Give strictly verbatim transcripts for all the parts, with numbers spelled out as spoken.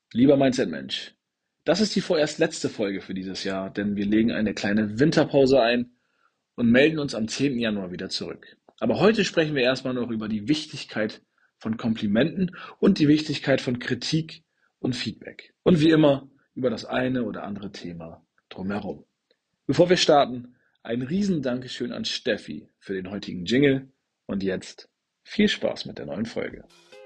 Lieber Mindset-Mensch, das ist die vorerst letzte Folge für dieses Jahr, denn wir legen eine kleine Winterpause ein und melden uns am zehnten Januar wieder zurück. Aber heute sprechen wir erstmal noch über die Wichtigkeit von Komplimenten und die Wichtigkeit von Kritik und Feedback. Und wie immer über das eine oder andere Thema drumherum. Bevor wir starten, ein riesen Dankeschön an Steffi für den heutigen Jingle und jetzt viel Spaß mit der neuen Folge.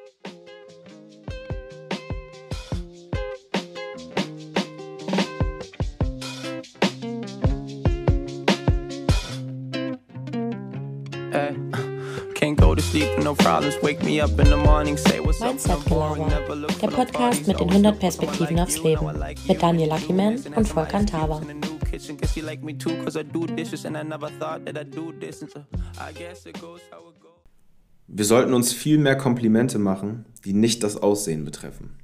Ay, can't go to sleep with no problems. Wake me up in the morning, say what's up. Mindset Gelaber, der Podcast mit den hundert Perspektiven aufs Leben. Mit Daniel Luckyman und Volkan Taba. Wir sollten uns viel mehr Komplimente machen, die nicht das Aussehen betreffen.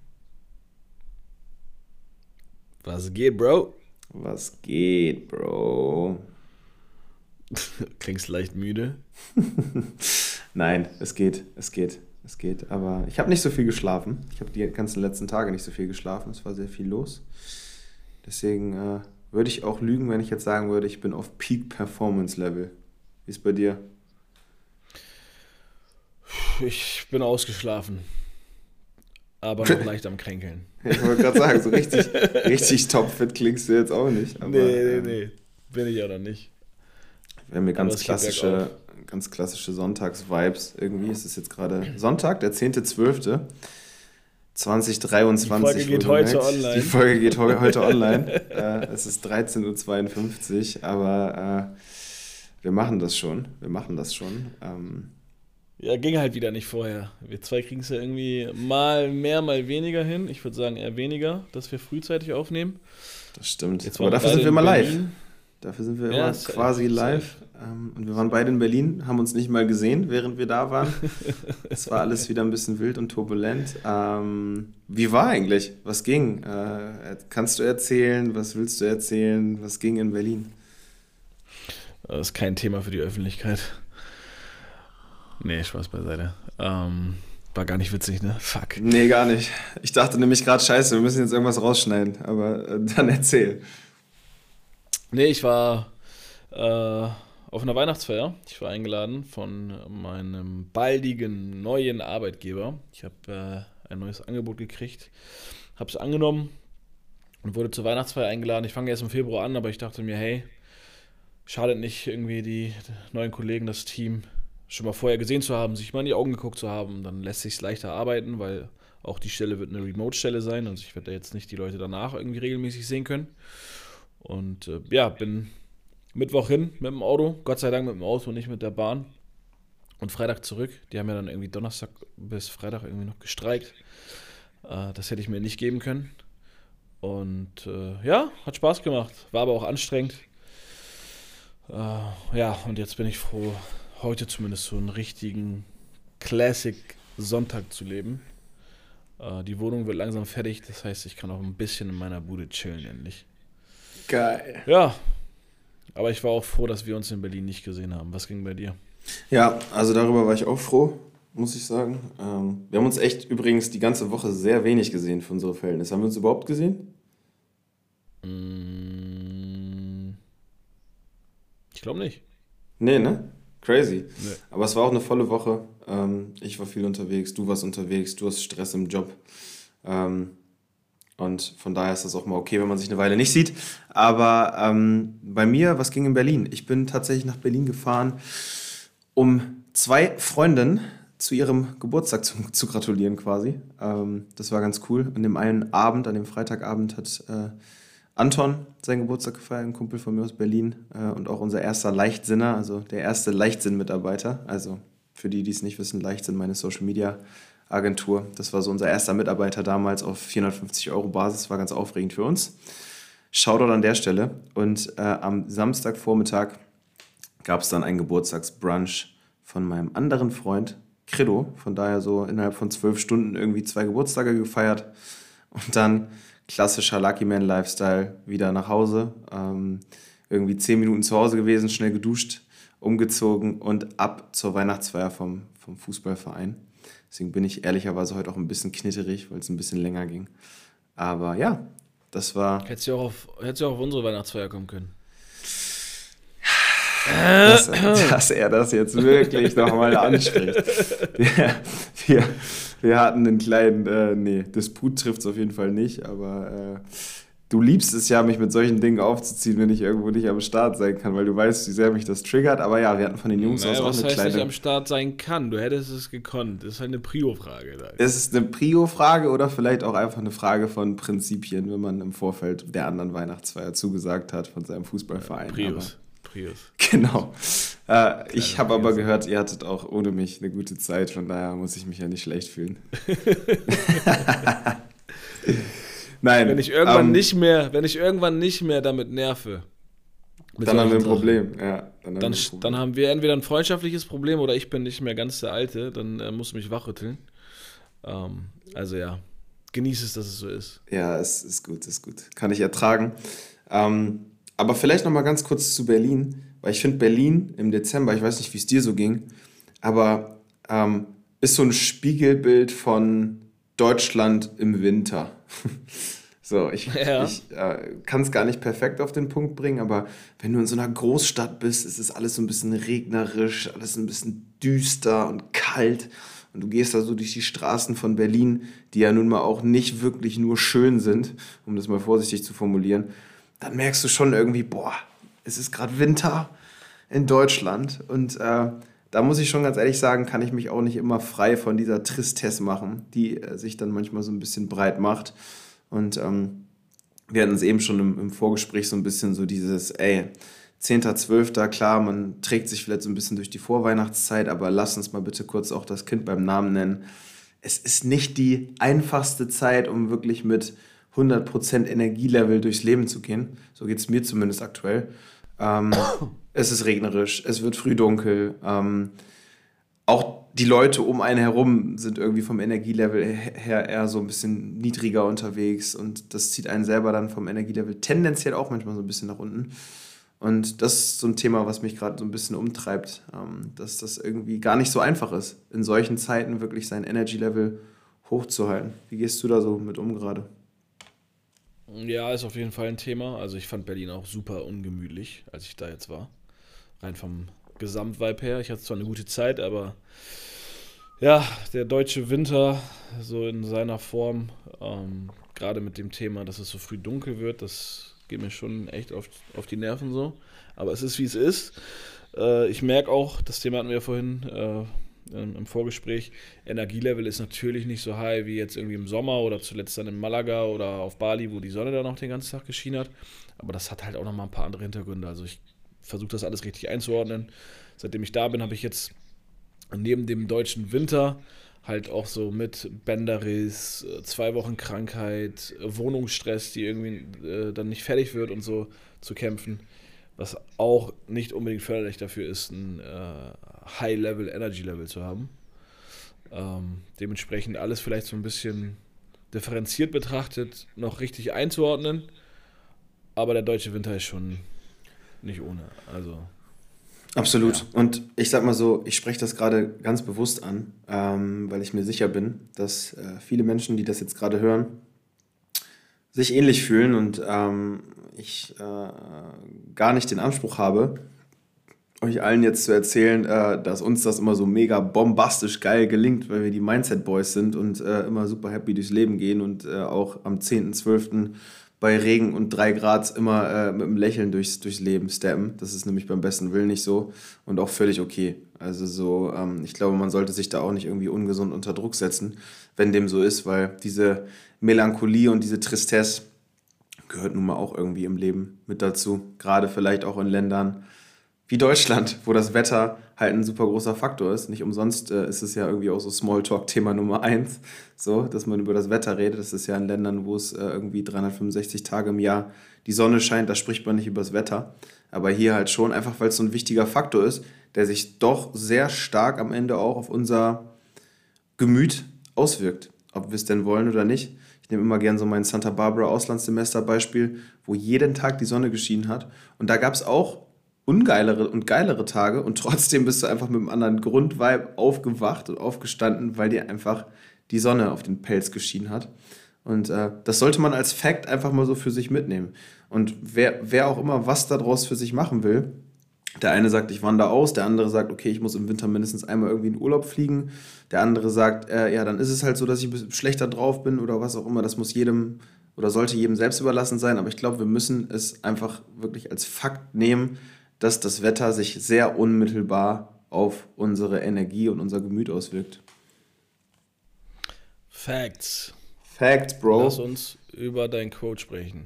Was geht, Bro? Was geht, Bro? Klingst leicht müde. Nein, es geht, es geht, es geht. Aber ich habe nicht so viel geschlafen. Ich habe die ganzen letzten Tage nicht so viel geschlafen. Es war sehr viel los. Deswegen äh, würde ich auch lügen, wenn ich jetzt sagen würde, ich bin auf Peak Performance Level. Wie ist bei dir? Ich bin ausgeschlafen. Aber noch leicht am Kränkeln. Ich wollte gerade sagen, so richtig, richtig topfit klingst du jetzt auch nicht. Aber, nee, nee, nee. Bin ich auch noch nicht. Wir haben hier ganz klassische, ganz klassische Sonntags-Vibes irgendwie. Es ist jetzt gerade Sonntag, der zehnter zwölfter zweitausenddreiundzwanzig. Die Folge geht heute merkt. online. Die Folge geht heu- heute online. äh, es ist dreizehn Uhr zweiundfünfzig, aber äh, wir machen das schon. Wir machen das schon. Ähm, Ja, ging halt wieder nicht vorher. Wir zwei kriegen es ja irgendwie mal mehr, mal weniger hin. Ich würde sagen eher weniger, dass wir frühzeitig aufnehmen. das stimmt. Jetzt Aber waren dafür beide sind wir in mal live. Berlin. Dafür sind wir Ja, immer safe, quasi safe. live. Ähm, und wir waren beide in Berlin, haben uns nicht mal gesehen, während wir da waren. Es war alles wieder ein bisschen wild und turbulent. Ähm, wie war eigentlich? Was ging? Äh, kannst du erzählen? Was willst du erzählen? Was ging in Berlin? Das ist kein Thema für die Öffentlichkeit. Nee, Spaß beiseite. Ähm, war gar nicht witzig, ne? Fuck. Nee, gar nicht. Ich dachte nämlich gerade, scheiße, wir müssen jetzt irgendwas rausschneiden. Aber äh, dann erzähl. Nee, ich war äh, auf einer Weihnachtsfeier. Ich war eingeladen von meinem baldigen neuen Arbeitgeber. Ich habe äh, ein neues Angebot gekriegt, habe es angenommen und wurde zur Weihnachtsfeier eingeladen. Ich fange erst im Februar an, aber ich dachte mir, hey, schadet nicht irgendwie die neuen Kollegen, das Team schon mal vorher gesehen zu haben, sich mal in die Augen geguckt zu haben. Dann lässt sich leichter arbeiten, weil auch die Stelle wird eine Remote-Stelle sein. Also ich werde da jetzt nicht die Leute danach irgendwie regelmäßig sehen können. Und äh, ja, bin Mittwoch hin mit dem Auto, Gott sei Dank mit dem Auto, nicht mit der Bahn. Und Freitag zurück. Die haben ja dann irgendwie Donnerstag bis Freitag irgendwie noch gestreikt. Äh, das hätte ich mir nicht geben können. Und äh, ja, hat Spaß gemacht. War aber auch anstrengend. Äh, ja, und jetzt bin ich froh, heute zumindest so einen richtigen Classic-Sonntag zu leben. Äh, die Wohnung wird langsam fertig. Das heißt, ich kann auch ein bisschen in meiner Bude chillen endlich. Geil. Ja, aber ich war auch froh, dass wir uns in Berlin nicht gesehen haben. Was ging bei dir? Ja, also darüber war ich auch froh, muss ich sagen. Ähm, wir haben uns echt übrigens die ganze Woche sehr wenig gesehen für unsere Verhältnisse. Haben wir uns überhaupt gesehen? Mm, ich glaube nicht. Nee, ne? Crazy. Nee. Aber es war auch eine volle Woche. Ähm, ich war viel unterwegs, du warst unterwegs, du hast Stress im Job. Ähm, und von daher ist das auch mal okay, wenn man sich eine Weile nicht sieht. Aber ähm, bei mir, was ging in Berlin? Ich bin tatsächlich nach Berlin gefahren, um zwei Freundinnen zu ihrem Geburtstag zu, zu gratulieren quasi. Ähm, das war ganz cool. An dem einen Abend, an dem Freitagabend hat äh, Anton seinen Geburtstag gefeiert, ein Kumpel von mir aus Berlin äh, und auch unser erster Leichtsinner, also der erste Leichtsinn-Mitarbeiter. Also für die, die es nicht wissen, Leichtsinn, meine Social-Media-Agentur. Das war so unser erster Mitarbeiter damals auf vierhundertfünfzig Euro Basis, war ganz aufregend für uns. Shoutout an der Stelle. Und äh, am Samstagvormittag gab es dann einen Geburtstagsbrunch von meinem anderen Freund, Credo. Von daher so innerhalb von zwölf Stunden irgendwie zwei Geburtstage gefeiert. Und dann klassischer Lucky Man Lifestyle, wieder nach Hause. Ähm, irgendwie zehn Minuten zu Hause gewesen, schnell geduscht, umgezogen und ab zur Weihnachtsfeier vom, vom Fußballverein. Deswegen bin ich ehrlicherweise heute auch ein bisschen knitterig, weil es ein bisschen länger ging. Aber ja, das war... Hättest du auch auf, hättest du auch auf unsere Weihnachtsfeier kommen können. Dass, dass er das jetzt wirklich nochmal anspricht. Wir, wir, wir hatten einen kleinen, äh, nee, Disput trifft es auf jeden Fall nicht, aber äh, du liebst es ja, mich mit solchen Dingen aufzuziehen, wenn ich irgendwo nicht am Start sein kann, weil du weißt, wie sehr mich das triggert. Aber ja, wir hatten von den Jungs naja, aus auch was eine heißt kleine... nicht am Start sein kann? Du hättest es gekonnt. Das ist halt eine Prio-Frage. Da. Es ist eine Prio-Frage oder vielleicht auch einfach eine Frage von Prinzipien, wenn man im Vorfeld der anderen Weihnachtsfeier zugesagt hat von seinem Fußballverein. Ja, Prius. Aber Prius. genau. Äh, ich habe aber gehört, ihr hattet auch ohne mich eine gute Zeit, von daher muss ich mich ja nicht schlecht fühlen. Nein. Wenn ich irgendwann ähm, nicht mehr, wenn ich irgendwann nicht mehr damit nerve, mit dann haben wir ein solchen Problem. Ja, dann, haben Dann, wir ein Problem. dann haben wir entweder ein freundschaftliches Problem oder ich bin nicht mehr ganz der Alte, dann äh, musst du mich wachrütteln. Ähm, also ja, genieße es, dass es so ist. Ja, es ist gut, ist gut. Kann ich ertragen. Ähm, aber vielleicht noch mal ganz kurz zu Berlin, weil ich finde Berlin im Dezember, ich weiß nicht, wie es dir so ging, aber ähm, ist so ein Spiegelbild von Deutschland im Winter. So, ich, Ja. ich äh, kann es gar nicht perfekt auf den Punkt bringen, aber wenn du in so einer Großstadt bist, ist es alles so ein bisschen regnerisch, alles ein bisschen düster und kalt. Und du gehst da so durch die Straßen von Berlin, die ja nun mal auch nicht wirklich nur schön sind, um das mal vorsichtig zu formulieren, dann merkst du schon irgendwie, boah, es ist gerade Winter in Deutschland. Und äh, da muss ich schon ganz ehrlich sagen, kann ich mich auch nicht immer frei von dieser Tristesse machen, die äh, sich dann manchmal so ein bisschen breit macht. Und ähm, wir hatten es eben schon im, im Vorgespräch so ein bisschen so dieses, ey, zehnter zwölfter klar, man trägt sich vielleicht so ein bisschen durch die Vorweihnachtszeit, aber lass uns mal bitte kurz auch das Kind beim Namen nennen. Es ist nicht die einfachste Zeit, um wirklich mit hundert Prozent Energielevel durchs Leben zu gehen. So geht es mir zumindest aktuell. Ähm, es ist regnerisch, es wird früh dunkel. Ähm, auch die Leute um einen herum sind irgendwie vom Energielevel her eher so ein bisschen niedriger unterwegs und das zieht einen selber dann vom Energielevel tendenziell auch manchmal so ein bisschen nach unten. Und das ist so ein Thema, was mich gerade so ein bisschen umtreibt, ähm, dass das irgendwie gar nicht so einfach ist, in solchen Zeiten wirklich sein Energy-Level hochzuhalten. Wie gehst du da so mit um gerade? Ja, ist auf jeden Fall ein Thema. Also ich fand Berlin auch super ungemütlich, als ich da jetzt war. Rein vom Gesamtvibe her. Ich hatte zwar eine gute Zeit, aber ja, der deutsche Winter so in seiner Form, ähm, gerade mit dem Thema, dass es so früh dunkel wird, das geht mir schon echt auf, auf die Nerven so. Aber es ist, wie es ist. Äh, ich merke auch, das Thema hatten wir ja vorhin äh, im Vorgespräch, Energielevel ist natürlich nicht so high wie jetzt irgendwie im Sommer oder zuletzt dann in Malaga oder auf Bali, wo die Sonne dann noch den ganzen Tag geschienen hat. Aber das hat halt auch nochmal ein paar andere Hintergründe. Also ich versuche das alles richtig einzuordnen. Seitdem ich da bin, habe ich jetzt neben dem deutschen Winter halt auch so mit Bänderriss, zwei Wochen Krankheit, Wohnungsstress, die irgendwie äh, dann nicht fertig wird und so zu kämpfen. Was auch nicht unbedingt förderlich dafür ist, ein äh, High-Level-Energy-Level zu haben. Ähm, dementsprechend alles vielleicht so ein bisschen differenziert betrachtet, noch richtig einzuordnen. Aber der deutsche Winter ist schon nicht ohne. Also Absolut. Ja. Und ich sag mal so, ich spreche das gerade ganz bewusst an, ähm, weil ich mir sicher bin, dass äh, viele Menschen, die das jetzt gerade hören, sich ähnlich fühlen und ähm, ich äh, gar nicht den Anspruch habe, euch allen jetzt zu erzählen, äh, dass uns das immer so mega bombastisch geil gelingt, weil wir die Mindset-Boys sind und äh, immer super happy durchs Leben gehen und äh, auch am zehnten zwölften bei Regen und drei Grad immer äh, mit einem Lächeln durchs, durchs Leben steppen. Das ist nämlich beim besten Willen nicht so und auch völlig okay. Also so, ähm, ich glaube, man sollte sich da auch nicht irgendwie ungesund unter Druck setzen, wenn dem so ist, weil diese Melancholie und diese Tristesse gehört nun mal auch irgendwie im Leben mit dazu. Gerade vielleicht auch in Ländern wie Deutschland, wo das Wetter halt ein super großer Faktor ist. Nicht umsonst äh, ist es ja irgendwie auch so Smalltalk-Thema Nummer eins, so, dass man über das Wetter redet. Das ist ja in Ländern, wo es äh, irgendwie dreihundertfünfundsechzig Tage im Jahr die Sonne scheint, da spricht man nicht über das Wetter. Aber hier halt schon, einfach weil es so ein wichtiger Faktor ist, der sich doch sehr stark am Ende auch auf unser Gemüt auswirkt. Ob wir es denn wollen oder nicht. Ich nehme immer gerne so mein Santa Barbara Auslandssemester-Beispiel, wo jeden Tag die Sonne geschienen hat. Und da gab es auch ungeilere und geilere Tage und trotzdem bist du einfach mit einem anderen Grundvibe aufgewacht und aufgestanden, weil dir einfach die Sonne auf den Pelz geschienen hat. Und äh, das sollte man als Fact einfach mal so für sich mitnehmen. Und wer, wer auch immer was daraus für sich machen will, der eine sagt, ich wandere aus, der andere sagt, okay, ich muss im Winter mindestens einmal irgendwie in Urlaub fliegen. Der andere sagt, äh, ja, dann ist es halt so, dass ich ein bisschen schlechter drauf bin oder was auch immer. Das muss jedem oder sollte jedem selbst überlassen sein. Aber ich glaube, wir müssen es einfach wirklich als Fakt nehmen, dass das Wetter sich sehr unmittelbar auf unsere Energie und unser Gemüt auswirkt. Facts. Facts, Bro. Lass uns über dein Quote sprechen.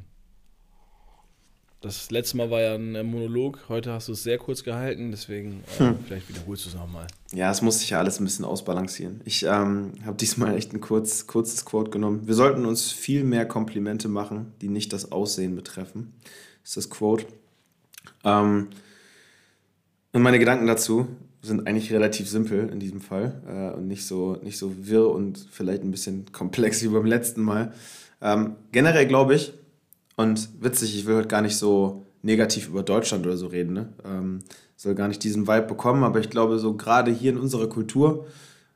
Das letzte Mal war ja ein Monolog, heute hast du es sehr kurz gehalten, deswegen äh, hm. vielleicht wiederholst du es nochmal. Ja, es muss sich ja alles ein bisschen ausbalancieren. Ich ähm, habe diesmal echt ein kurz, kurzes Quote genommen. Wir sollten uns viel mehr Komplimente machen, die nicht das Aussehen betreffen. Das ist das Quote. Ähm, und meine Gedanken dazu sind eigentlich relativ simpel in diesem Fall äh, und nicht so, nicht so wirr und vielleicht ein bisschen komplex wie beim letzten Mal. Ähm, generell glaube ich, und witzig, ich will heute gar nicht so negativ über Deutschland oder so reden, ne? Ähm, soll gar nicht diesen Vibe bekommen, aber ich glaube, so gerade hier in unserer Kultur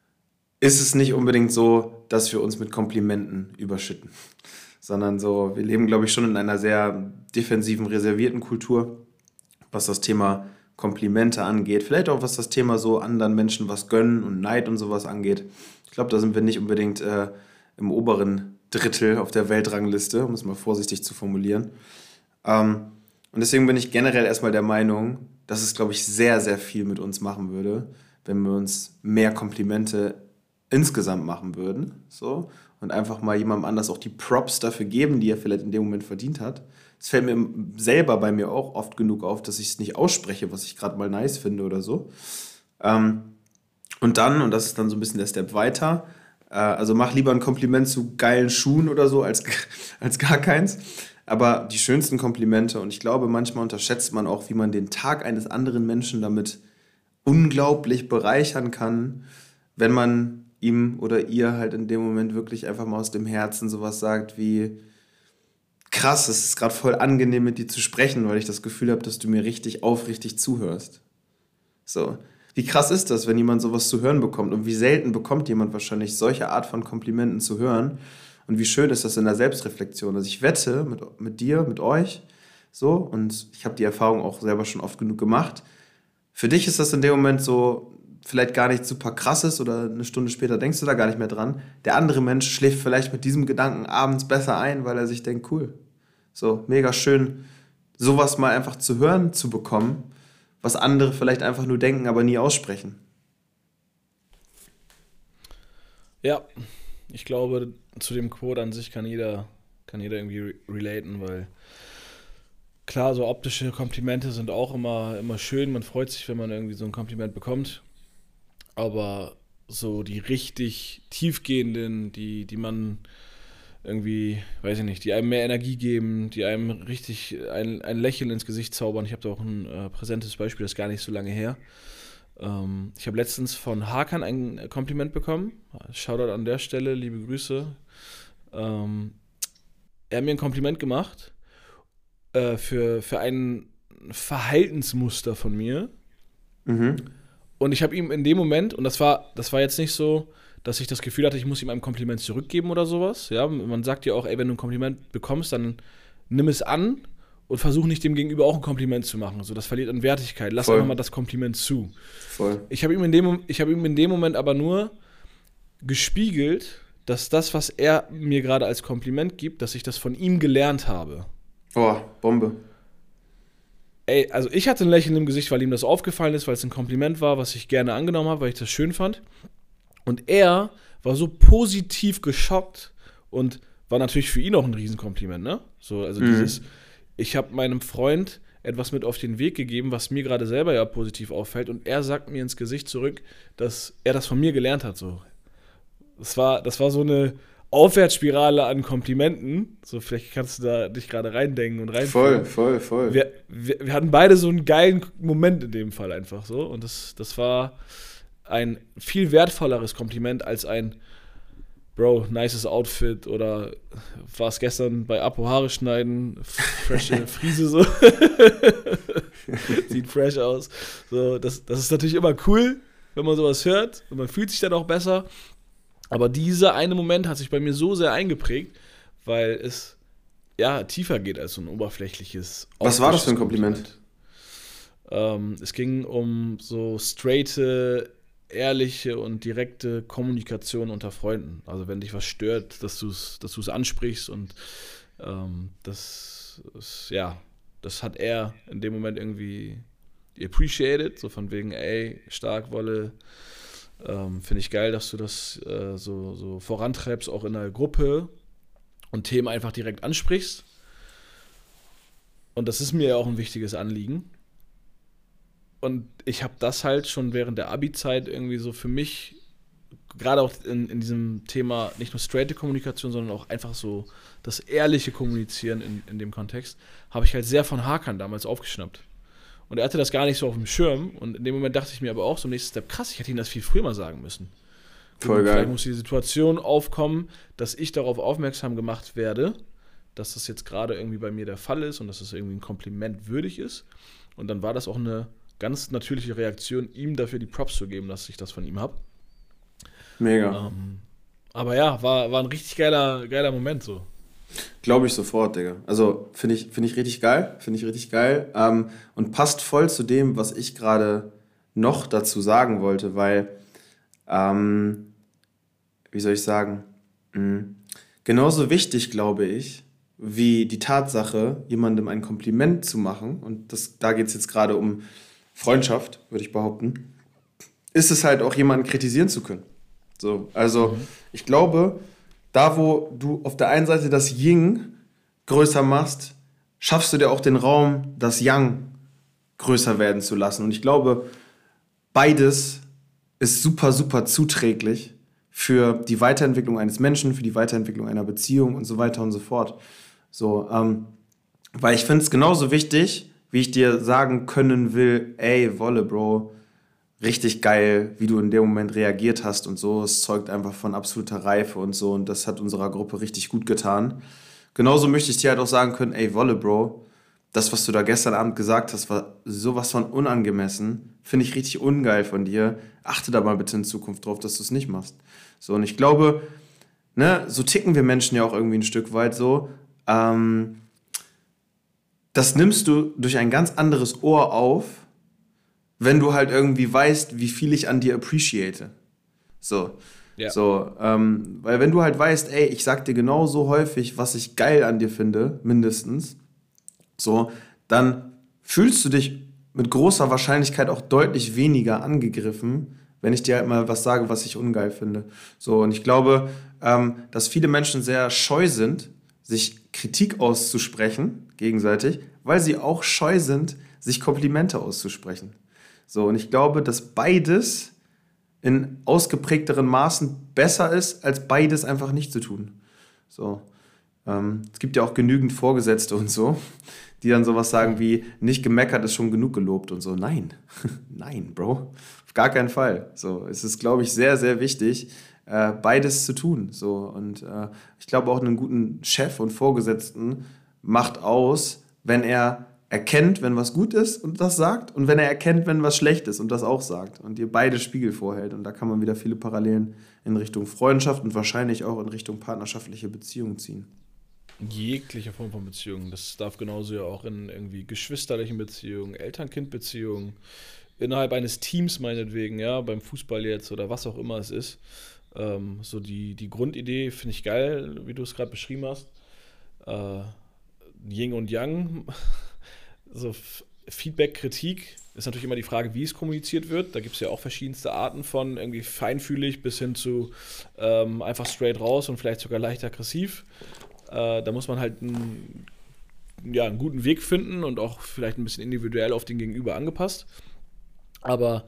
ist es nicht unbedingt so, dass wir uns mit Komplimenten überschütten, sondern so, wir leben, glaube ich, schon in einer sehr defensiven, reservierten Kultur, was das Thema Komplimente angeht, vielleicht auch was das Thema so anderen Menschen was gönnen und Neid und sowas angeht. Ich glaube, da sind wir nicht unbedingt äh, im oberen Drittel auf der Weltrangliste, um es mal vorsichtig zu formulieren. Ähm, und deswegen bin ich generell erstmal der Meinung, dass es, glaube ich, sehr, sehr viel mit uns machen würde, wenn wir uns mehr Komplimente insgesamt machen würden. So, und einfach mal jemandem anders auch die Props dafür geben, die er vielleicht in dem Moment verdient hat. Es fällt mir selber bei mir auch oft genug auf, dass ich es nicht ausspreche, was ich gerade mal nice finde oder so. Ähm, und dann, und das ist dann so ein bisschen der Step weiter, also mach lieber ein Kompliment zu geilen Schuhen oder so, als, als gar keins. Aber die schönsten Komplimente, und ich glaube, manchmal unterschätzt man auch, wie man den Tag eines anderen Menschen damit unglaublich bereichern kann, wenn man ihm oder ihr halt in dem Moment wirklich einfach mal aus dem Herzen sowas sagt wie: Krass, es ist gerade voll angenehm, mit dir zu sprechen, weil ich das Gefühl habe, dass du mir richtig aufrichtig zuhörst. So. Wie krass ist das, wenn jemand sowas zu hören bekommt? Und wie selten bekommt jemand wahrscheinlich solche Art von Komplimenten zu hören? Und wie schön ist das in der Selbstreflexion? Also ich wette mit, mit dir, mit euch, so, und ich habe die Erfahrung auch selber schon oft genug gemacht. Für dich ist das in dem Moment so vielleicht gar nicht super krasses oder eine Stunde später denkst du da gar nicht mehr dran. Der andere Mensch schläft vielleicht mit diesem Gedanken abends besser ein, weil er sich denkt, cool, so, mega schön, sowas mal einfach zu hören zu bekommen, was andere vielleicht einfach nur denken, aber nie aussprechen. Ja, ich glaube, zu dem Quote an sich kann jeder, kann jeder irgendwie re- relaten, weil klar, so optische Komplimente sind auch immer, immer schön, man freut sich, wenn man irgendwie so ein Kompliment bekommt, aber so die richtig tiefgehenden, die, die man irgendwie, weiß ich nicht, die einem mehr Energie geben, die einem richtig ein, ein Lächeln ins Gesicht zaubern. Ich habe da auch ein äh, präsentes Beispiel, das ist gar nicht so lange her. Ähm, ich habe letztens von Hakan ein Kompliment bekommen. Shoutout an der Stelle, liebe Grüße. Ähm, er hat mir ein Kompliment gemacht äh, für, für ein Verhaltensmuster von mir. Mhm. Und ich habe ihm in dem Moment, und das war, das war jetzt nicht so, dass ich das Gefühl hatte, ich muss ihm ein Kompliment zurückgeben oder sowas. Ja, man sagt ja auch, ey, wenn du ein Kompliment bekommst, dann nimm es an und versuch nicht dem Gegenüber auch ein Kompliment zu machen. So, das verliert an Wertigkeit. Lass Voll. einfach mal das Kompliment zu. Voll. Ich habe ihm in dem, ich habe ihm in dem Moment aber nur gespiegelt, dass das, was er mir gerade als Kompliment gibt, dass ich das von ihm gelernt habe. Oh, Bombe. Ey, also ich hatte ein Lächeln im Gesicht, weil ihm das aufgefallen ist, weil es ein Kompliment war, was ich gerne angenommen habe, weil ich das schön fand. Und er war so positiv geschockt und war natürlich für ihn auch ein Riesenkompliment, ne? So, also Mhm. dieses, ich habe meinem Freund etwas mit auf den Weg gegeben, was mir gerade selber ja positiv auffällt, und er sagt mir ins Gesicht zurück, dass er das von mir gelernt hat. So. Das war, das war so eine Aufwärtsspirale an Komplimenten. So, vielleicht kannst du da dich gerade reindenken und reinfühlen. Voll, voll, voll. Wir, wir, wir hatten beide so einen geilen Moment in dem Fall einfach so. Und das, das war ein viel wertvolleres Kompliment als ein Bro, nices Outfit oder war es gestern bei Apo Haare schneiden, frische Frise so. Sieht fresh aus. So, das, das ist natürlich immer cool, wenn man sowas hört und man fühlt sich dann auch besser. Aber dieser eine Moment hat sich bei mir so sehr eingeprägt, weil es ja tiefer geht als so ein oberflächliches. Was war das für ein Kompliment? Ähm, es ging um so straighte, ehrliche und direkte Kommunikation unter Freunden. Also wenn dich was stört, dass du es dass du's ansprichst und ähm, das ist, ja, das hat er in dem Moment irgendwie appreciated, so von wegen, ey, stark, Wolle, ähm, finde ich geil, dass du das äh, so, so vorantreibst, auch in der Gruppe und Themen einfach direkt ansprichst. Und das ist mir ja auch ein wichtiges Anliegen. Und ich habe das halt schon während der Abi-Zeit irgendwie so für mich, gerade auch in, in diesem Thema, nicht nur straighte Kommunikation, sondern auch einfach so das ehrliche Kommunizieren in, in dem Kontext, habe ich halt sehr von Hakan damals aufgeschnappt. Und er hatte das gar nicht so auf dem Schirm. Und in dem Moment dachte ich mir aber auch so, nächstes Step, krass, ich hätte ihm das viel früher mal sagen müssen. Voll geil. Vielleicht muss die Situation aufkommen, dass ich darauf aufmerksam gemacht werde, dass das jetzt gerade irgendwie bei mir der Fall ist und dass das irgendwie ein Kompliment würdig ist. Und dann war das auch eine ganz natürliche Reaktion, ihm dafür die Props zu geben, dass ich das von ihm habe. Mega. Ähm, aber ja, war, war ein richtig geiler, geiler Moment so. Glaube ich sofort, Digga. Also finde ich, find ich richtig geil. Finde ich richtig geil. Ähm, und passt voll zu dem, was ich gerade noch dazu sagen wollte, weil, ähm, wie soll ich sagen, mh, genauso wichtig, glaube ich, wie die Tatsache, jemandem ein Kompliment zu machen, und das, da geht es jetzt gerade um Freundschaft, würde ich behaupten, ist es halt auch, jemanden kritisieren zu können. So, also mhm. ich glaube, da wo du auf der einen Seite das Yin größer machst, schaffst du dir auch den Raum, das Yang größer werden zu lassen. Und ich glaube, beides ist super, super zuträglich für die Weiterentwicklung eines Menschen, für die Weiterentwicklung einer Beziehung und so weiter und so fort. So, ähm, weil ich finde es genauso wichtig, wie ich dir sagen können will, ey, Wolle, Bro, richtig geil, wie du in dem Moment reagiert hast und so. Es zeugt einfach von absoluter Reife und so, und das hat unserer Gruppe richtig gut getan. Genauso möchte ich dir halt auch sagen können, ey, Wolle, Bro, das, was du da gestern Abend gesagt hast, war sowas von unangemessen. Finde ich richtig ungeil von dir. Achte da mal bitte in Zukunft drauf, dass du es nicht machst. So, und ich glaube, ne, so ticken wir Menschen ja auch irgendwie ein Stück weit so. Ähm, das nimmst du durch ein ganz anderes Ohr auf, wenn du halt irgendwie weißt, wie viel ich an dir appreciate. So. Ja. So, ähm, weil wenn du halt weißt, ey, ich sag dir genauso häufig, was ich geil an dir finde, mindestens, so, dann fühlst du dich mit großer Wahrscheinlichkeit auch deutlich weniger angegriffen, wenn ich dir halt mal was sage, was ich ungeil finde. So, und ich glaube, ähm, dass viele Menschen sehr scheu sind, sich Kritik auszusprechen, gegenseitig, weil sie auch scheu sind, sich Komplimente auszusprechen. So, und ich glaube, dass beides in ausgeprägteren Maßen besser ist, als beides einfach nicht zu tun. So, ähm, es gibt ja auch genügend Vorgesetzte und so, die dann sowas sagen wie, nicht gemeckert ist schon genug gelobt und so. Nein, nein, Bro, auf gar keinen Fall. So, es ist, glaube ich, sehr, sehr wichtig, äh, beides zu tun. So, und äh, ich glaube auch, einen guten Chef und Vorgesetzten macht aus, wenn er erkennt, wenn was gut ist und das sagt, und wenn er erkennt, wenn was schlecht ist und das auch sagt und dir beide Spiegel vorhält. Und da kann man wieder viele Parallelen in Richtung Freundschaft und wahrscheinlich auch in Richtung partnerschaftliche Beziehungen ziehen. Jegliche Form von Beziehungen. Das darf genauso ja auch in irgendwie geschwisterlichen Beziehungen, Eltern-Kind-Beziehungen, innerhalb eines Teams meinetwegen, ja, beim Fußball jetzt oder was auch immer es ist. Ähm, so die, die Grundidee finde ich geil, wie du es gerade beschrieben hast. Äh, Yin und Yang. So Feedback, Kritik ist natürlich immer die Frage, wie es kommuniziert wird. Da gibt es ja auch verschiedenste Arten von irgendwie feinfühlig bis hin zu ähm, einfach straight raus und vielleicht sogar leicht aggressiv. Äh, da muss man halt einen, ja, einen guten Weg finden und auch vielleicht ein bisschen individuell auf den Gegenüber angepasst. Aber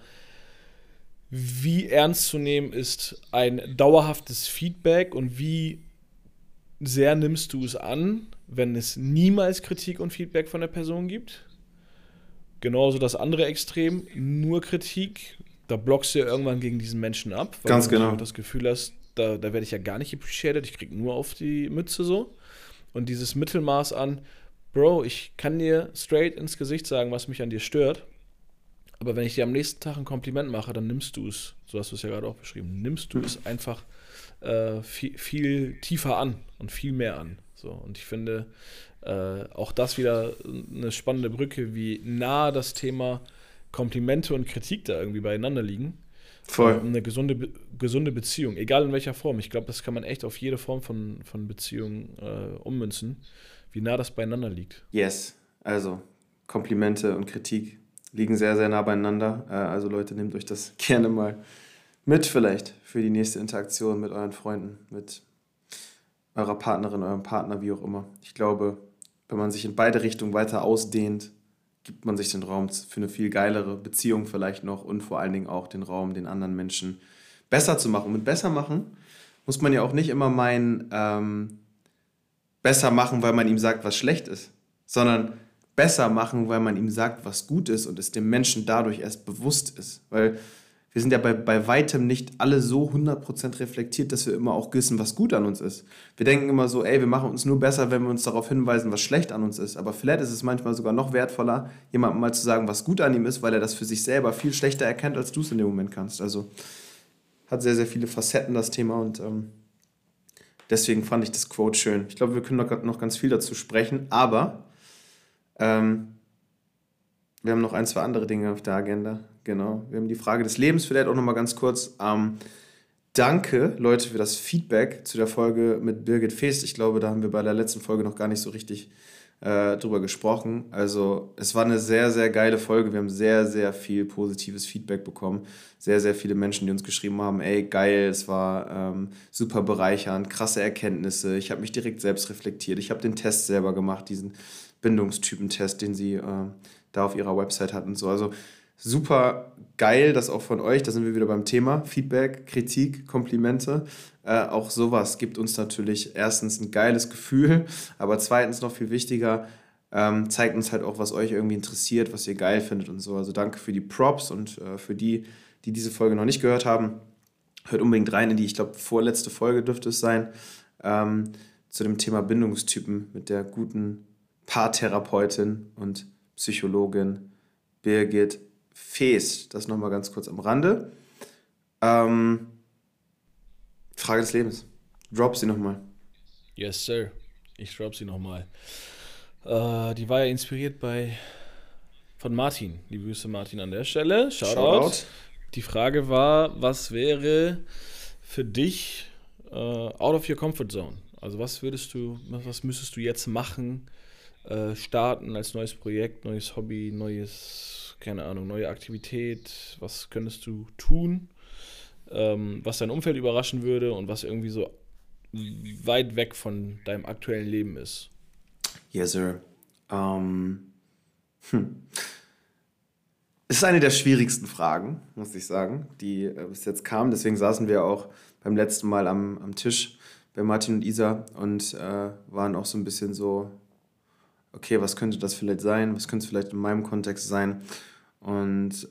wie ernst zu nehmen ist ein dauerhaftes Feedback und wie sehr nimmst du es an, wenn es niemals Kritik und Feedback von der Person gibt? Genauso das andere Extrem, nur Kritik, da blockst du ja irgendwann gegen diesen Menschen ab, weil Ganz du genau. das Gefühl hast, da, da werde ich ja gar nicht appreciated, ich krieg nur auf die Mütze so. Und dieses Mittelmaß an, Bro, ich kann dir straight ins Gesicht sagen, was mich an dir stört, aber wenn ich dir am nächsten Tag ein Kompliment mache, dann nimmst du es, so hast du es ja gerade auch beschrieben, nimmst du es einfach äh, viel, viel tiefer an und viel mehr an. So, und ich finde äh, auch das wieder eine spannende Brücke, wie nah das Thema Komplimente und Kritik da irgendwie beieinander liegen. Voll. Äh, eine gesunde, Be- gesunde Beziehung, egal in welcher Form. Ich glaube, das kann man echt auf jede Form von, von Beziehung äh, ummünzen, wie nah das beieinander liegt. Yes, also Komplimente und Kritik liegen sehr, sehr nah beieinander. Äh, also Leute, nehmt euch das gerne mal mit vielleicht für die nächste Interaktion mit euren Freunden, mit eurer Partnerin, eurem Partner, wie auch immer. Ich glaube, wenn man sich in beide Richtungen weiter ausdehnt, gibt man sich den Raum für eine viel geilere Beziehung vielleicht noch und vor allen Dingen auch den Raum, den anderen Menschen besser zu machen. Und mit besser machen muss man ja auch nicht immer meinen, ähm, besser machen, weil man ihm sagt, was schlecht ist, sondern besser machen, weil man ihm sagt, was gut ist und es dem Menschen dadurch erst bewusst ist. Weil wir sind ja bei, bei weitem nicht alle so hundert Prozent reflektiert, dass wir immer auch wissen, was gut an uns ist. Wir denken immer so, ey, wir machen uns nur besser, wenn wir uns darauf hinweisen, was schlecht an uns ist. Aber vielleicht ist es manchmal sogar noch wertvoller, jemandem mal zu sagen, was gut an ihm ist, weil er das für sich selber viel schlechter erkennt, als du es in dem Moment kannst. Also hat sehr, sehr viele Facetten, das Thema, und ähm, deswegen fand ich das Quote schön. Ich glaube, wir können noch, noch ganz viel dazu sprechen, aber ähm, wir haben noch ein, zwei andere Dinge auf der Agenda. Genau, wir haben die Frage des Lebens, vielleicht auch noch mal ganz kurz. Ähm, danke, Leute, für das Feedback zu der Folge mit Birgit Feest. Ich glaube, da haben wir bei der letzten Folge noch gar nicht so richtig äh, drüber gesprochen. Also es war eine sehr, sehr geile Folge. Wir haben sehr, sehr viel positives Feedback bekommen. Sehr, sehr viele Menschen, die uns geschrieben haben, ey, geil, es war ähm, super bereichernd, krasse Erkenntnisse. Ich habe mich direkt selbst reflektiert. Ich habe den Test selber gemacht, diesen Bindungstypentest, den sie äh, da auf ihrer Website hatten. So, also super geil, das auch von euch, da sind wir wieder beim Thema, Feedback, Kritik, Komplimente. Äh, auch sowas gibt uns natürlich erstens ein geiles Gefühl, aber zweitens noch viel wichtiger, ähm, zeigt uns halt auch, was euch irgendwie interessiert, was ihr geil findet und so. Also danke für die Props, und äh, für die, die diese Folge noch nicht gehört haben, hört unbedingt rein in die, ich glaube, vorletzte Folge dürfte es sein, ähm, zu dem Thema Bindungstypen mit der guten Paartherapeutin und Psychologin Birgit Feest. Das nochmal ganz kurz am Rande. Ähm, Frage des Lebens. Drop sie nochmal. Yes, sir. Ich drop sie nochmal. Äh, die war ja inspiriert bei von Martin. Liebe Grüße, Martin, an der Stelle. Shoutout. Shoutout. Die Frage war, was wäre für dich äh, out of your comfort zone? Also was würdest du, was müsstest du jetzt machen, äh, starten als neues Projekt, neues Hobby, neues, keine Ahnung, neue Aktivität? Was könntest du tun, ähm, was dein Umfeld überraschen würde und was irgendwie so weit weg von deinem aktuellen Leben ist? Yes, sir. Um, hm. Es ist eine der schwierigsten Fragen, muss ich sagen, die äh, bis jetzt kamen. Deswegen saßen wir auch beim letzten Mal am, am Tisch bei Martin und Isa und äh, waren auch so ein bisschen so, okay, was könnte das vielleicht sein? Was könnte es vielleicht in meinem Kontext sein? Und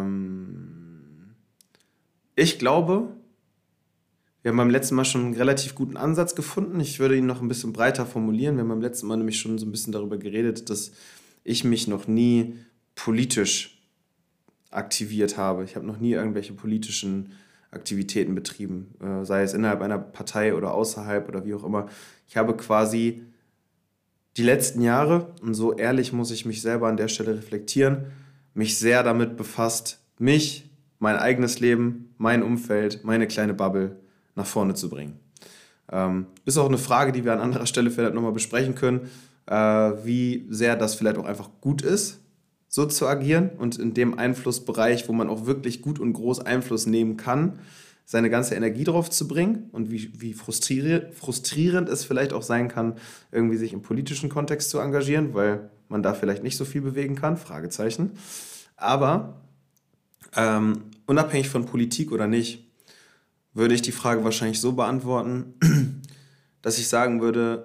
ähm, ich glaube, wir haben beim letzten Mal schon einen relativ guten Ansatz gefunden. Ich würde ihn noch ein bisschen breiter formulieren. Wir haben beim letzten Mal nämlich schon so ein bisschen darüber geredet, dass ich mich noch nie politisch aktiviert habe. Ich habe noch nie irgendwelche politischen Aktivitäten betrieben, äh, sei es innerhalb einer Partei oder außerhalb oder wie auch immer. Ich habe quasi die letzten Jahre, und so ehrlich muss ich mich selber an der Stelle reflektieren, mich sehr damit befasst, mich, mein eigenes Leben, mein Umfeld, meine kleine Bubble nach vorne zu bringen. Ähm, ist auch eine Frage, die wir an anderer Stelle vielleicht nochmal besprechen können, äh, wie sehr das vielleicht auch einfach gut ist, so zu agieren und in dem Einflussbereich, wo man auch wirklich gut und groß Einfluss nehmen kann, seine ganze Energie drauf zu bringen und wie, wie frustrierend, frustrierend es vielleicht auch sein kann, irgendwie sich im politischen Kontext zu engagieren, weil man da vielleicht nicht so viel bewegen kann, Fragezeichen. Aber ähm, unabhängig von Politik oder nicht, würde ich die Frage wahrscheinlich so beantworten, dass ich sagen würde,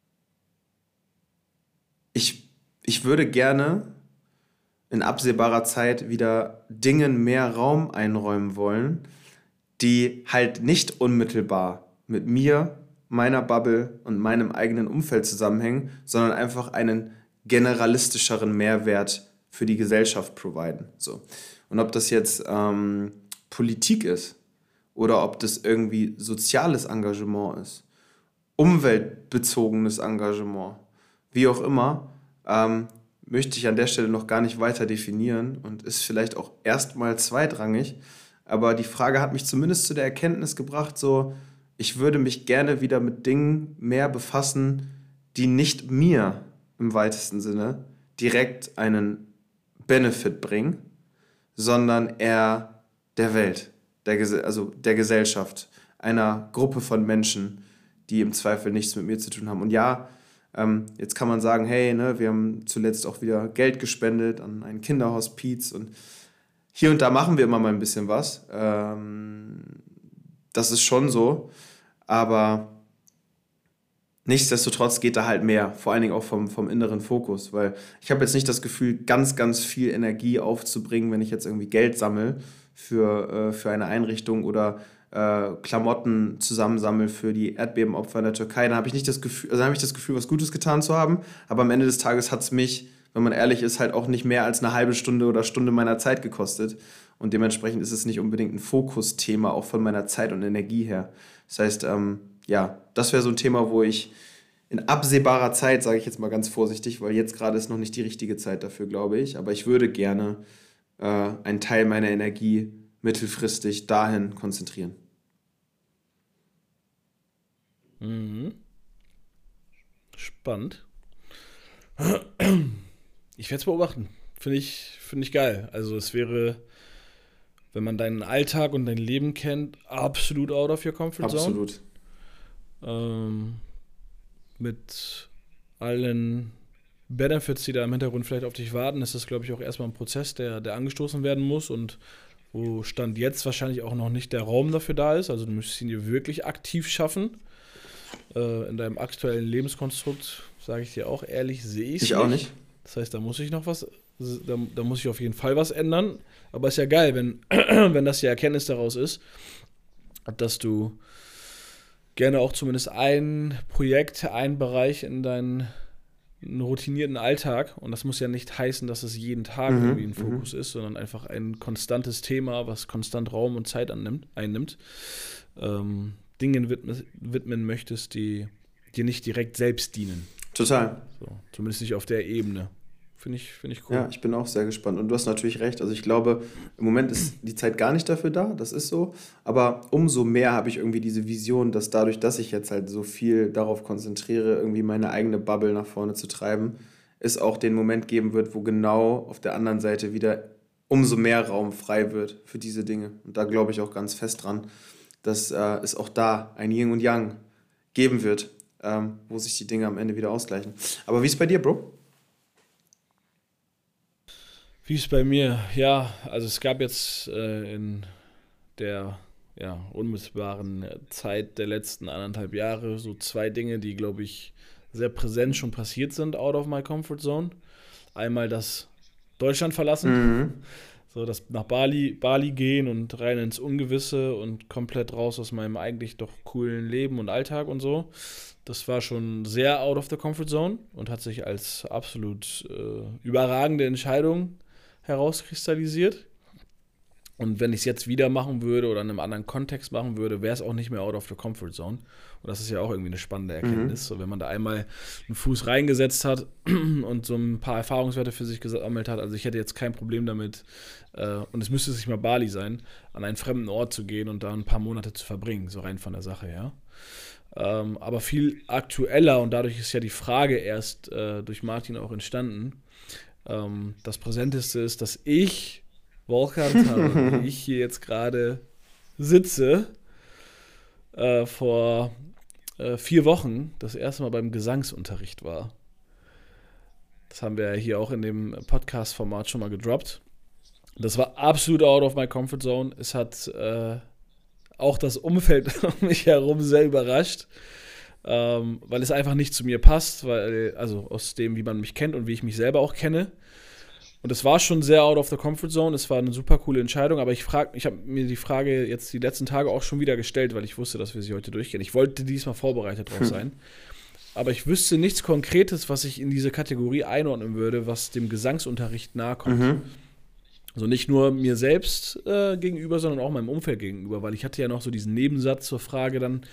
ich, ich würde gerne in absehbarer Zeit wieder Dingen mehr Raum einräumen wollen, die halt nicht unmittelbar mit mir, meiner Bubble und meinem eigenen Umfeld zusammenhängen, sondern einfach einen generalistischeren Mehrwert für die Gesellschaft providen. So. Und ob das jetzt ähm, Politik ist oder ob das irgendwie soziales Engagement ist umweltbezogenes Engagement, wie auch immer, ähm, möchte ich an der Stelle noch gar nicht weiter definieren und ist vielleicht auch erstmal zweitrangig. Aber die Frage hat mich zumindest zu der Erkenntnis gebracht, so, ich würde mich gerne wieder mit Dingen mehr befassen, die nicht mir im weitesten Sinne direkt einen Benefit bringen, sondern eher der Welt, der, also der Gesellschaft, einer Gruppe von Menschen, die im Zweifel nichts mit mir zu tun haben. Und ja, ähm, jetzt kann man sagen, hey, ne, wir haben zuletzt auch wieder Geld gespendet an ein Kinderhospiz und hier und da machen wir immer mal ein bisschen was. Ähm, das ist schon so, aber nichtsdestotrotz geht da halt mehr, vor allen Dingen auch vom, vom inneren Fokus, weil ich habe jetzt nicht das Gefühl, ganz, ganz viel Energie aufzubringen, wenn ich jetzt irgendwie Geld sammle für, äh, für eine Einrichtung oder äh, Klamotten zusammensammle für die Erdbebenopfer in der Türkei. Dann habe ich nicht das Gefühl, also habe ich das Gefühl, was Gutes getan zu haben, aber am Ende des Tages hat es mich, wenn man ehrlich ist, halt auch nicht mehr als eine halbe Stunde oder Stunde meiner Zeit gekostet und dementsprechend ist es nicht unbedingt ein Fokusthema, auch von meiner Zeit und Energie her. Das heißt, ähm, ja, das wäre so ein Thema, wo ich in absehbarer Zeit, sage ich jetzt mal ganz vorsichtig, weil jetzt gerade ist noch nicht die richtige Zeit dafür, glaube ich, aber ich würde gerne äh, einen Teil meiner Energie mittelfristig dahin konzentrieren. Mhm. Spannend. Ich werde es beobachten. Finde ich, finde ich geil. Also es wäre, wenn man deinen Alltag und dein Leben kennt, absolut out of your comfort zone. Absolut. Ähm, mit allen Benefits, die da im Hintergrund vielleicht auf dich warten, ist das, glaube ich, auch erstmal ein Prozess, der, der angestoßen werden muss und wo Stand jetzt wahrscheinlich auch noch nicht der Raum dafür da ist. Also du müsstest ihn dir wirklich aktiv schaffen. Äh, in deinem aktuellen Lebenskonstrukt, sage ich dir auch ehrlich, sehe ich es Ich auch nicht. Das heißt, da muss ich noch was, da, da muss ich auf jeden Fall was ändern. Aber ist ja geil, wenn, wenn das die Erkenntnis daraus ist, dass du gerne auch zumindest ein Projekt, ein Bereich in deinen routinierten Alltag, und das muss ja nicht heißen, dass es jeden Tag Mhm, irgendwie ein Fokus ist, sondern einfach ein konstantes Thema, was konstant Raum und Zeit annimmt, einnimmt, ähm, Dingen widmen, widmen möchtest, die dir nicht direkt selbst dienen. Total. So, zumindest nicht auf der Ebene. Finde ich, find ich cool. Ja, ich bin auch sehr gespannt. Und du hast natürlich recht. Also ich glaube, im Moment ist die Zeit gar nicht dafür da. Das ist so. Aber umso mehr habe ich irgendwie diese Vision, dass dadurch, dass ich jetzt halt so viel darauf konzentriere, irgendwie meine eigene Bubble nach vorne zu treiben, es auch den Moment geben wird, wo genau auf der anderen Seite wieder umso mehr Raum frei wird für diese Dinge. Und da glaube ich auch ganz fest dran, dass äh, es auch da ein Yin und Yang geben wird, ähm, wo sich die Dinge am Ende wieder ausgleichen. Aber wie ist es bei dir, Bro? Wie ist es bei mir? Ja, also es gab jetzt äh, in der ja, unmittelbaren Zeit der letzten anderthalb Jahre so zwei Dinge, die, glaube ich, sehr präsent schon passiert sind, out of my comfort zone. Einmal das Deutschland verlassen, Mhm. so das nach Bali, Bali gehen und rein ins Ungewisse und komplett raus aus meinem eigentlich doch coolen Leben und Alltag und so. Das war schon sehr out of the comfort zone und hat sich als absolut äh, überragende Entscheidung herauskristallisiert. Und wenn ich es jetzt wieder machen würde oder in einem anderen Kontext machen würde, wäre es auch nicht mehr out of the comfort zone. Und das ist ja auch irgendwie eine spannende Erkenntnis. So, wenn man da einmal einen Fuß reingesetzt hat und so ein paar Erfahrungswerte für sich gesammelt hat. Also ich hätte jetzt kein Problem damit, äh, und es müsste sich mal Bali sein, an einen fremden Ort zu gehen und da ein paar Monate zu verbringen, so rein von der Sache her. Ähm, aber viel aktueller, und dadurch ist ja die Frage erst äh, durch Martin auch entstanden, ähm, das Präsenteste ist, dass ich Volkan habe, wie ich hier jetzt gerade sitze, äh, vor äh, vier Wochen das erste Mal beim Gesangsunterricht war. Das haben wir ja hier auch in dem Podcast-Format schon mal gedroppt. Das war absolut out of my comfort zone. Es hat äh, auch das Umfeld um mich herum sehr überrascht, ähm, weil es einfach nicht zu mir passt, weil, also aus dem, wie man mich kennt und wie ich mich selber auch kenne. Und es war schon sehr out of the comfort zone, es war eine super coole Entscheidung, aber ich frage, ich habe mir die Frage jetzt die letzten Tage auch schon wieder gestellt, weil ich wusste, dass wir sie heute durchgehen. Ich wollte diesmal vorbereitet drauf sein, aber ich wüsste nichts Konkretes, was ich in diese Kategorie einordnen würde, was dem Gesangsunterricht nahe kommt. Mhm. Also nicht nur mir selbst äh, gegenüber, sondern auch meinem Umfeld gegenüber, weil ich hatte ja noch so diesen Nebensatz zur Frage dann,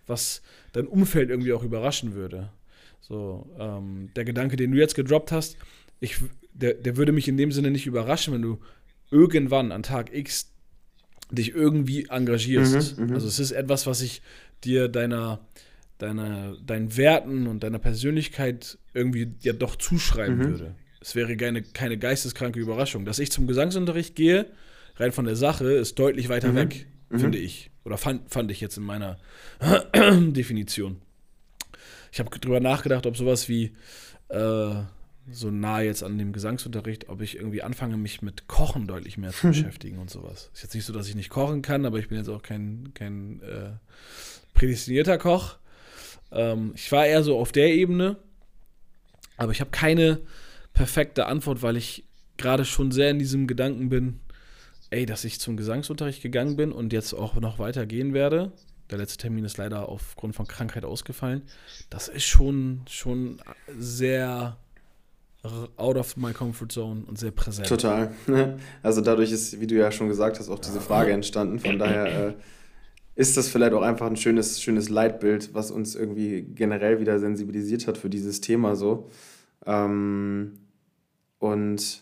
was dein Umfeld irgendwie auch überraschen würde. So, ähm, der Gedanke, den du jetzt gedroppt hast, ich, der, der würde mich in dem Sinne nicht überraschen, wenn du irgendwann an Tag X dich irgendwie engagierst. Mhm, also es ist etwas, was ich dir deiner, deiner, deinen Werten und deiner Persönlichkeit irgendwie ja doch zuschreiben Mhm. würde. Es wäre keine, keine geisteskranke Überraschung. Dass ich zum Gesangsunterricht gehe, rein von der Sache, ist deutlich weiter Mhm. weg, Mhm. finde ich. Oder fand, fand ich jetzt in meiner Definition. Ich habe drüber nachgedacht, ob sowas wie äh, so nah jetzt an dem Gesangsunterricht, ob ich irgendwie anfange, mich mit Kochen deutlich mehr zu beschäftigen und sowas. Ist jetzt nicht so, dass ich nicht kochen kann, aber ich bin jetzt auch kein, kein äh, prädestinierter Koch. Ähm, ich war eher so auf der Ebene, aber ich habe keine perfekte Antwort, weil ich gerade schon sehr in diesem Gedanken bin, ey, dass ich zum Gesangsunterricht gegangen bin und jetzt auch noch weiter gehen werde. Der letzte Termin ist leider aufgrund von Krankheit ausgefallen. Das ist schon, schon sehr out of my comfort zone und sehr präsent. Total. Also dadurch ist, wie du ja schon gesagt hast, auch diese Frage entstanden. Von daher äh, ist das vielleicht auch einfach ein schönes, schönes Leitbild, was uns irgendwie generell wieder sensibilisiert hat für dieses Thema so. Ähm, und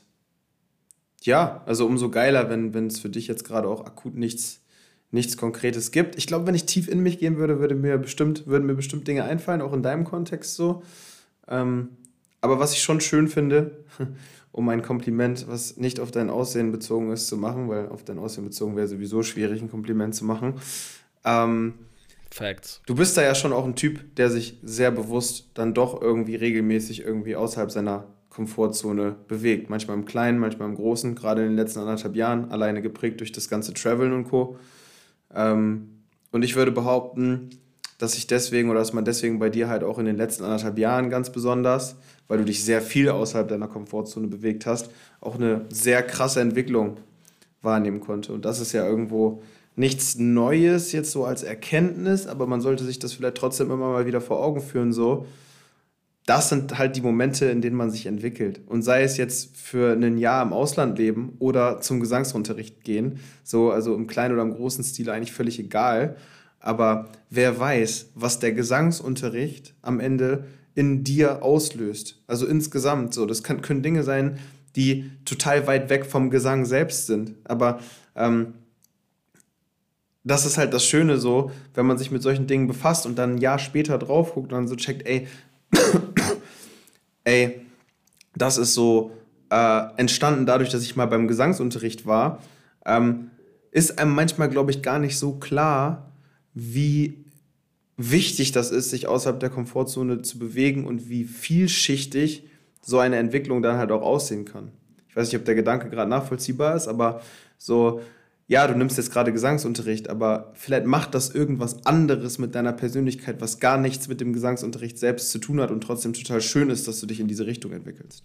ja, also umso geiler, wenn wenn es für dich jetzt gerade auch akut nichts, nichts Konkretes gibt. Ich glaube, wenn ich tief in mich gehen würde, würde mir bestimmt, würden mir bestimmt Dinge einfallen, auch in deinem Kontext so. Ähm, aber was ich schon schön finde, um ein Kompliment, was nicht auf dein Aussehen bezogen ist, zu machen, weil auf dein Aussehen bezogen wäre sowieso schwierig, ein Kompliment zu machen. Ähm, Facts. Du bist da ja schon auch ein Typ, der sich sehr bewusst dann doch irgendwie regelmäßig irgendwie außerhalb seiner Komfortzone bewegt. Manchmal im Kleinen, manchmal im Großen, gerade in den letzten anderthalb Jahren, alleine geprägt durch das ganze Traveln und Co. Ähm, und ich würde behaupten, dass ich deswegen oder dass man deswegen bei dir halt auch in den letzten anderthalb Jahren ganz besonders, weil du dich sehr viel außerhalb deiner Komfortzone bewegt hast, auch eine sehr krasse Entwicklung wahrnehmen konnte. Und das ist ja irgendwo nichts Neues jetzt so als Erkenntnis, aber man sollte sich das vielleicht trotzdem immer mal wieder vor Augen führen, so. Das sind halt die Momente, in denen man sich entwickelt. Und sei es jetzt für ein Jahr im Ausland leben oder zum Gesangsunterricht gehen, so, also im kleinen oder im großen Stil eigentlich völlig egal. Aber wer weiß, was der Gesangsunterricht am Ende in dir auslöst. Also insgesamt so. Das kann, können Dinge sein, die total weit weg vom Gesang selbst sind. Aber ähm, das ist halt das Schöne so, wenn man sich mit solchen Dingen befasst und dann ein Jahr später drauf guckt und dann so checkt, ey, ey, das ist so äh, entstanden dadurch, dass ich mal beim Gesangsunterricht war, ähm, ist einem manchmal, glaube ich, gar nicht so klar, wie wichtig das ist, sich außerhalb der Komfortzone zu bewegen und wie vielschichtig so eine Entwicklung dann halt auch aussehen kann. Ich weiß nicht, ob der Gedanke gerade nachvollziehbar ist, aber so, ja, du nimmst jetzt gerade Gesangsunterricht, aber vielleicht macht das irgendwas anderes mit deiner Persönlichkeit, was gar nichts mit dem Gesangsunterricht selbst zu tun hat und trotzdem total schön ist, dass du dich in diese Richtung entwickelst.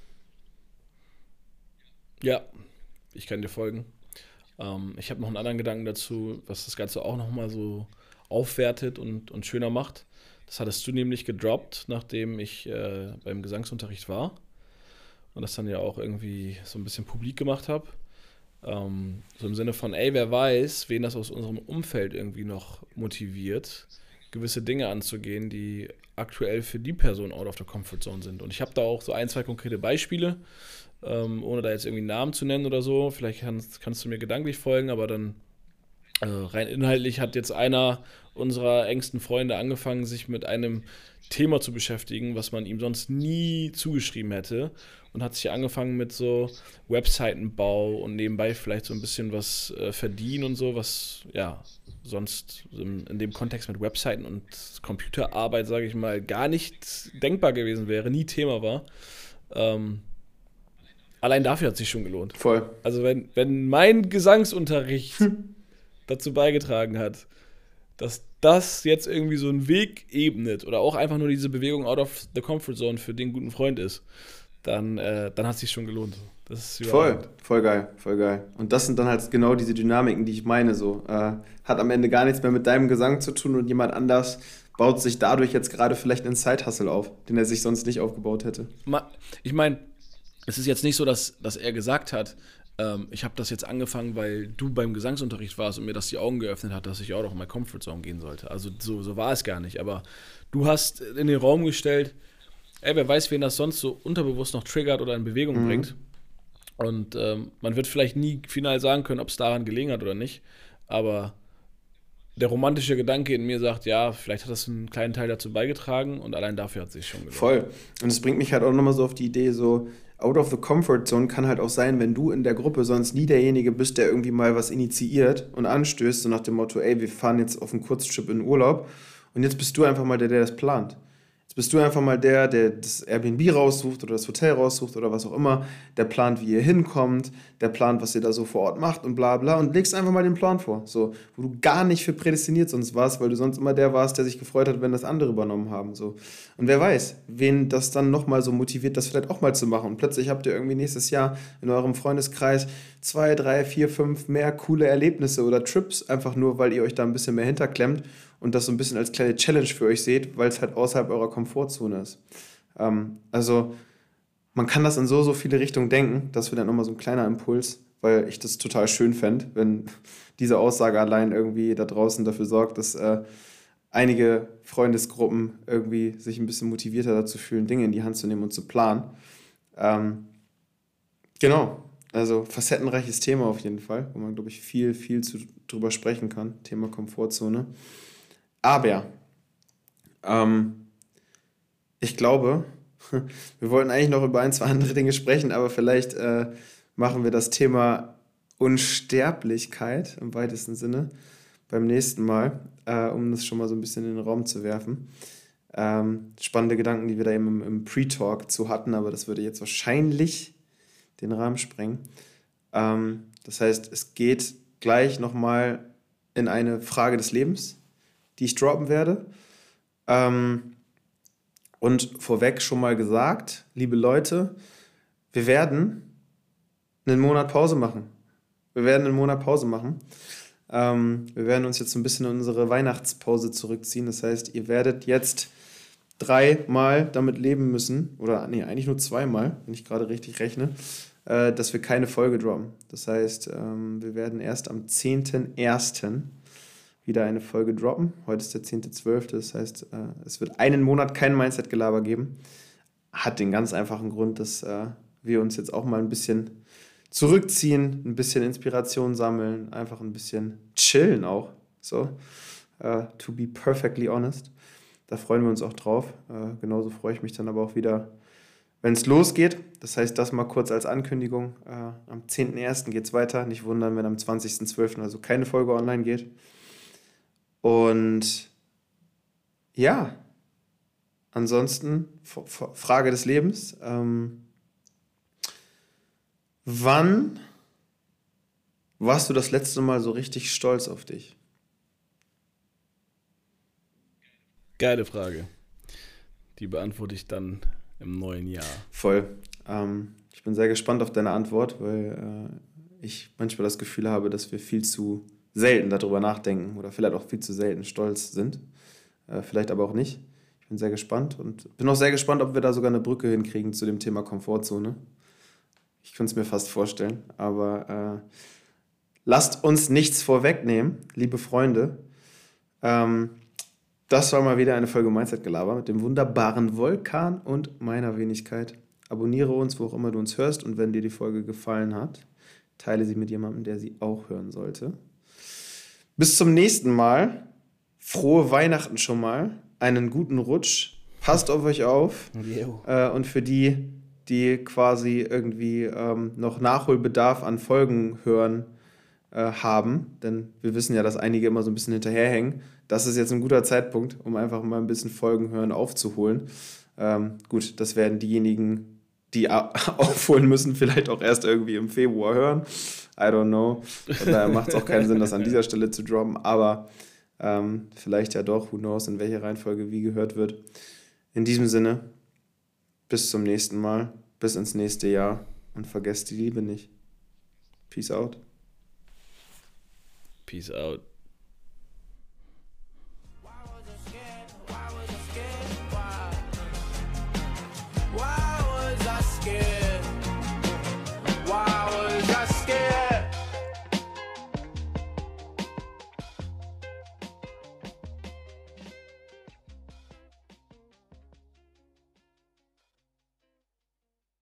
Ja, ich kann dir folgen. Ähm, ich habe noch einen anderen Gedanken dazu, was das Ganze auch nochmal so aufwertet und, und schöner macht. Das hattest du nämlich gedroppt, nachdem ich äh, beim Gesangsunterricht war und das dann ja auch irgendwie so ein bisschen publik gemacht habe. Ähm, so im Sinne von, ey, wer weiß, wen das aus unserem Umfeld irgendwie noch motiviert, gewisse Dinge anzugehen, die aktuell für die Person out of the comfort zone sind. Und ich habe da auch so ein, zwei konkrete Beispiele, ähm, ohne da jetzt irgendwie einen Namen zu nennen oder so. Vielleicht kannst, kannst du mir gedanklich folgen, aber dann äh, rein inhaltlich hat jetzt einer unserer engsten Freunde angefangen, sich mit einem Thema zu beschäftigen, was man ihm sonst nie zugeschrieben hätte, und hat sich angefangen mit so Webseitenbau und nebenbei vielleicht so ein bisschen was äh, verdienen und so, was ja sonst in, in dem Kontext mit Webseiten und Computerarbeit, sage ich mal, gar nicht denkbar gewesen wäre, nie Thema war. Ähm, allein dafür hat es sich schon gelohnt. Voll. Also wenn, wenn mein Gesangsunterricht dazu beigetragen hat, dass das jetzt irgendwie so einen Weg ebnet oder auch einfach nur diese Bewegung out of the comfort zone für den guten Freund ist, dann, äh, dann hat es sich schon gelohnt. Das ist voll, voll geil, voll geil. Und das sind dann halt genau diese Dynamiken, die ich meine. So äh, hat am Ende gar nichts mehr mit deinem Gesang zu tun und jemand anders baut sich dadurch jetzt gerade vielleicht einen Side-Hustle auf, den er sich sonst nicht aufgebaut hätte. Ich meine, es ist jetzt nicht so, dass, dass er gesagt hat, ähm, ich habe das jetzt angefangen, weil du beim Gesangsunterricht warst und mir das die Augen geöffnet hat, dass ich auch noch in meine Comfortzone gehen sollte. Also so, so war es gar nicht. Aber du hast in den Raum gestellt, ey, wer weiß, wen das sonst so unterbewusst noch triggert oder in Bewegung mhm. bringt. Und ähm, man wird vielleicht nie final sagen können, ob es daran gelegen hat oder nicht. Aber der romantische Gedanke in mir sagt, ja, vielleicht hat das einen kleinen Teil dazu beigetragen und allein dafür hat es sich schon gelohnt. Voll. Und es bringt mich halt auch nochmal so auf die Idee, so out of the comfort zone kann halt auch sein, wenn du in der Gruppe sonst nie derjenige bist, der irgendwie mal was initiiert und anstößt, so nach dem Motto, ey, wir fahren jetzt auf einen Kurztrip in den Urlaub und jetzt bist du einfach mal der, der das plant. Jetzt bist du einfach mal der, der das Airbnb raussucht oder das Hotel raussucht oder was auch immer, der plant, wie ihr hinkommt, der plant, was ihr da so vor Ort macht und bla bla und legst einfach mal den Plan vor, so, wo du gar nicht für prädestiniert sonst warst, weil du sonst immer der warst, der sich gefreut hat, wenn das andere übernommen haben, so. Und wer weiß, wen das dann nochmal so motiviert, das vielleicht auch mal zu machen und plötzlich habt ihr irgendwie nächstes Jahr in eurem Freundeskreis zwei, drei, vier, fünf mehr coole Erlebnisse oder Trips, einfach nur, weil ihr euch da ein bisschen mehr hinterklemmt und das so ein bisschen als kleine Challenge für euch seht, weil es halt außerhalb eurer Komfortzone ist. Ähm, also man kann das in so, so viele Richtungen denken. Das wäre dann nochmal so ein kleiner Impuls, weil ich das total schön fände, wenn diese Aussage allein irgendwie da draußen dafür sorgt, dass äh, einige Freundesgruppen irgendwie sich ein bisschen motivierter dazu fühlen, Dinge in die Hand zu nehmen und zu planen. Ähm, genau, also facettenreiches Thema auf jeden Fall, wo man, glaube ich, viel, viel zu, drüber sprechen kann. Thema Komfortzone. Aber ähm, ich glaube, wir wollten eigentlich noch über ein, zwei andere Dinge sprechen, aber vielleicht äh, machen wir das Thema Unsterblichkeit im weitesten Sinne beim nächsten Mal, äh, um das schon mal so ein bisschen in den Raum zu werfen. Ähm, spannende Gedanken, die wir da eben im, im Pre-Talk zu hatten, aber das würde jetzt wahrscheinlich den Rahmen sprengen. Ähm, das heißt, es geht gleich nochmal in eine Frage des Lebens, die ich droppen werde. Ähm, und vorweg schon mal gesagt, liebe Leute, wir werden einen Monat Pause machen. Wir werden einen Monat Pause machen. Ähm, wir werden uns jetzt ein bisschen in unsere Weihnachtspause zurückziehen. Das heißt, ihr werdet jetzt dreimal damit leben müssen, oder nee, eigentlich nur zweimal, wenn ich gerade richtig rechne, äh, dass wir keine Folge droppen. Das heißt, ähm, wir werden erst am zehnten ersten wieder eine Folge droppen. Heute ist der zehnte zwölfte Das heißt, äh, es wird einen Monat kein Mindset-Gelaber geben. Hat den ganz einfachen Grund, dass äh, wir uns jetzt auch mal ein bisschen zurückziehen, ein bisschen Inspiration sammeln, einfach ein bisschen chillen auch. So, uh, to be perfectly honest. Da freuen wir uns auch drauf. Uh, genauso freue ich mich dann aber auch wieder, wenn es losgeht. Das heißt, das mal kurz als Ankündigung. Uh, am zehnten ersten geht es weiter. Nicht wundern, wenn am zwanzigsten zwölften also keine Folge online geht. Und ja, ansonsten F- F- Frage des Lebens. Ähm, wann warst du das letzte Mal so richtig stolz auf dich? Geile Frage. Die beantworte ich dann im neuen Jahr. Voll. Ähm, ich bin sehr gespannt auf deine Antwort, weil äh, ich manchmal das Gefühl habe, dass wir viel zu selten darüber nachdenken oder vielleicht auch viel zu selten stolz sind. Äh, vielleicht aber auch nicht. Ich bin sehr gespannt und bin auch sehr gespannt, ob wir da sogar eine Brücke hinkriegen zu dem Thema Komfortzone. Ich könnte es mir fast vorstellen, aber äh, lasst uns nichts vorwegnehmen, liebe Freunde. Ähm, das war mal wieder eine Folge Mindset-Gelaber mit dem wunderbaren Volkan und meiner Wenigkeit. Abonniere uns, wo auch immer du uns hörst, und wenn dir die Folge gefallen hat, teile sie mit jemandem, der sie auch hören sollte. Bis zum nächsten Mal. Frohe Weihnachten schon mal. Einen guten Rutsch. Passt auf euch auf. Äh, und für die, die quasi irgendwie ähm, noch Nachholbedarf an Folgen hören äh, haben, denn wir wissen ja, dass einige immer so ein bisschen hinterherhängen, das ist jetzt ein guter Zeitpunkt, um einfach mal ein bisschen Folgen hören aufzuholen. Ähm, gut, das werden diejenigen, die aufholen müssen, vielleicht auch erst irgendwie im Februar hören. I don't know. Von daher macht es auch keinen Sinn, das an dieser Stelle zu droppen, aber ähm, vielleicht ja doch, who knows, in welcher Reihenfolge wie gehört wird. In diesem Sinne, bis zum nächsten Mal, bis ins nächste Jahr und vergesst die Liebe nicht. Peace out. Peace out. Why was I scared?